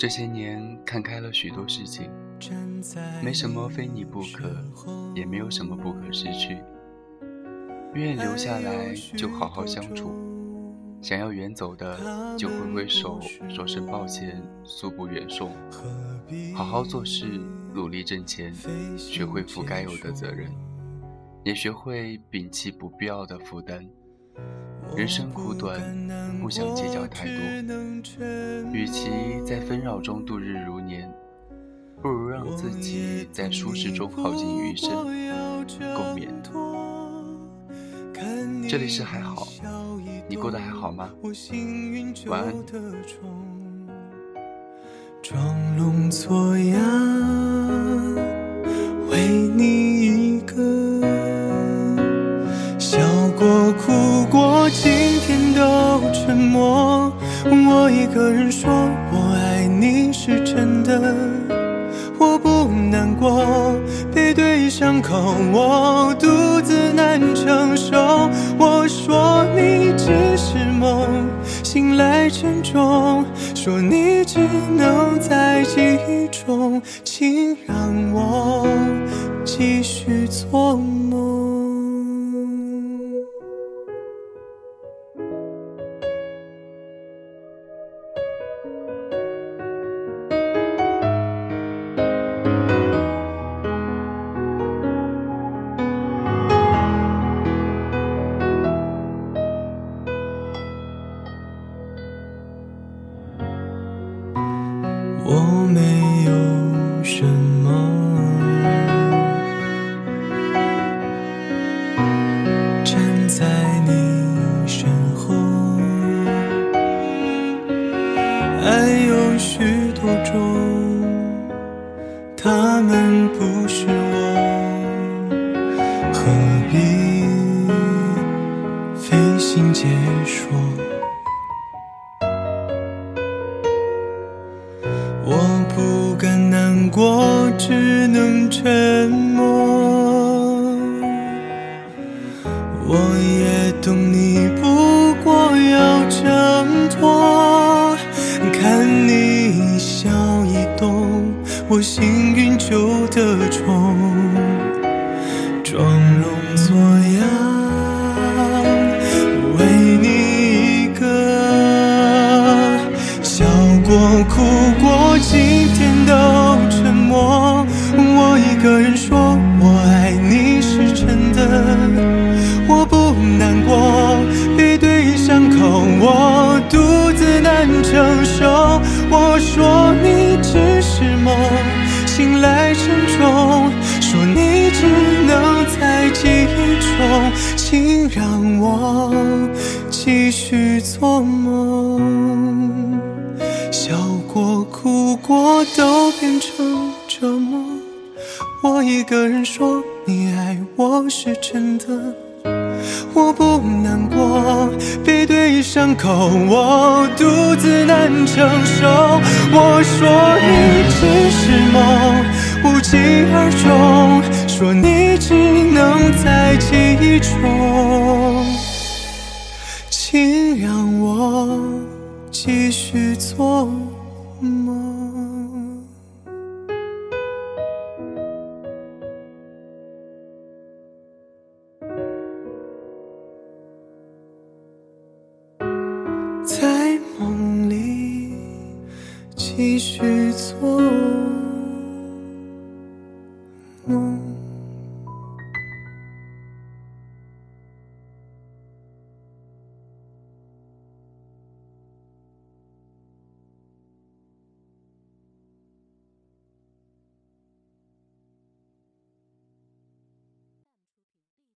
这些年看开了许多事情，没什么非你不可，也没有什么不可失去。愿意留下来就好好相处，想要远走的就挥挥手说声抱歉，速不远送。好好做事，努力挣钱，学会负该有的责任，也学会摒弃不必要的负担。人生苦短，不想计较太多，与其在纷扰中度日如年，不如让自己在舒适中耗尽余生，共勉。这里是还好，你过得还好吗？晚安。 装聋作哑，为你一个，笑过哭过，今天都沉默。我一个人说我爱你是真的，我不难过，背对伤口我独自难承受。我说你只是梦，醒来沉重，说你只能在记忆中，请让我继续做梦。我没有什么站在你身后，爱有许多种，他们不是我，何必费心解说。我不敢难过，只能沉默。我也懂你不过要挣脱，看你一笑一动，我幸运就得宠。装聋作哑，为你一个，笑过哭过，今天都沉默。我一个人说我爱你是真的，我不难过，背对伤口我独自难承受。我说你只是梦，醒来沉重，说你只能在记忆中，请让我继续做梦。笑过哭过都变成折磨，我一个人说你爱我是真的，我不难过，背对伤口我独自难承受。我说你只是梦，无疾而终，说你只能在记忆中，请让我继续做梦。在梦里继续做梦。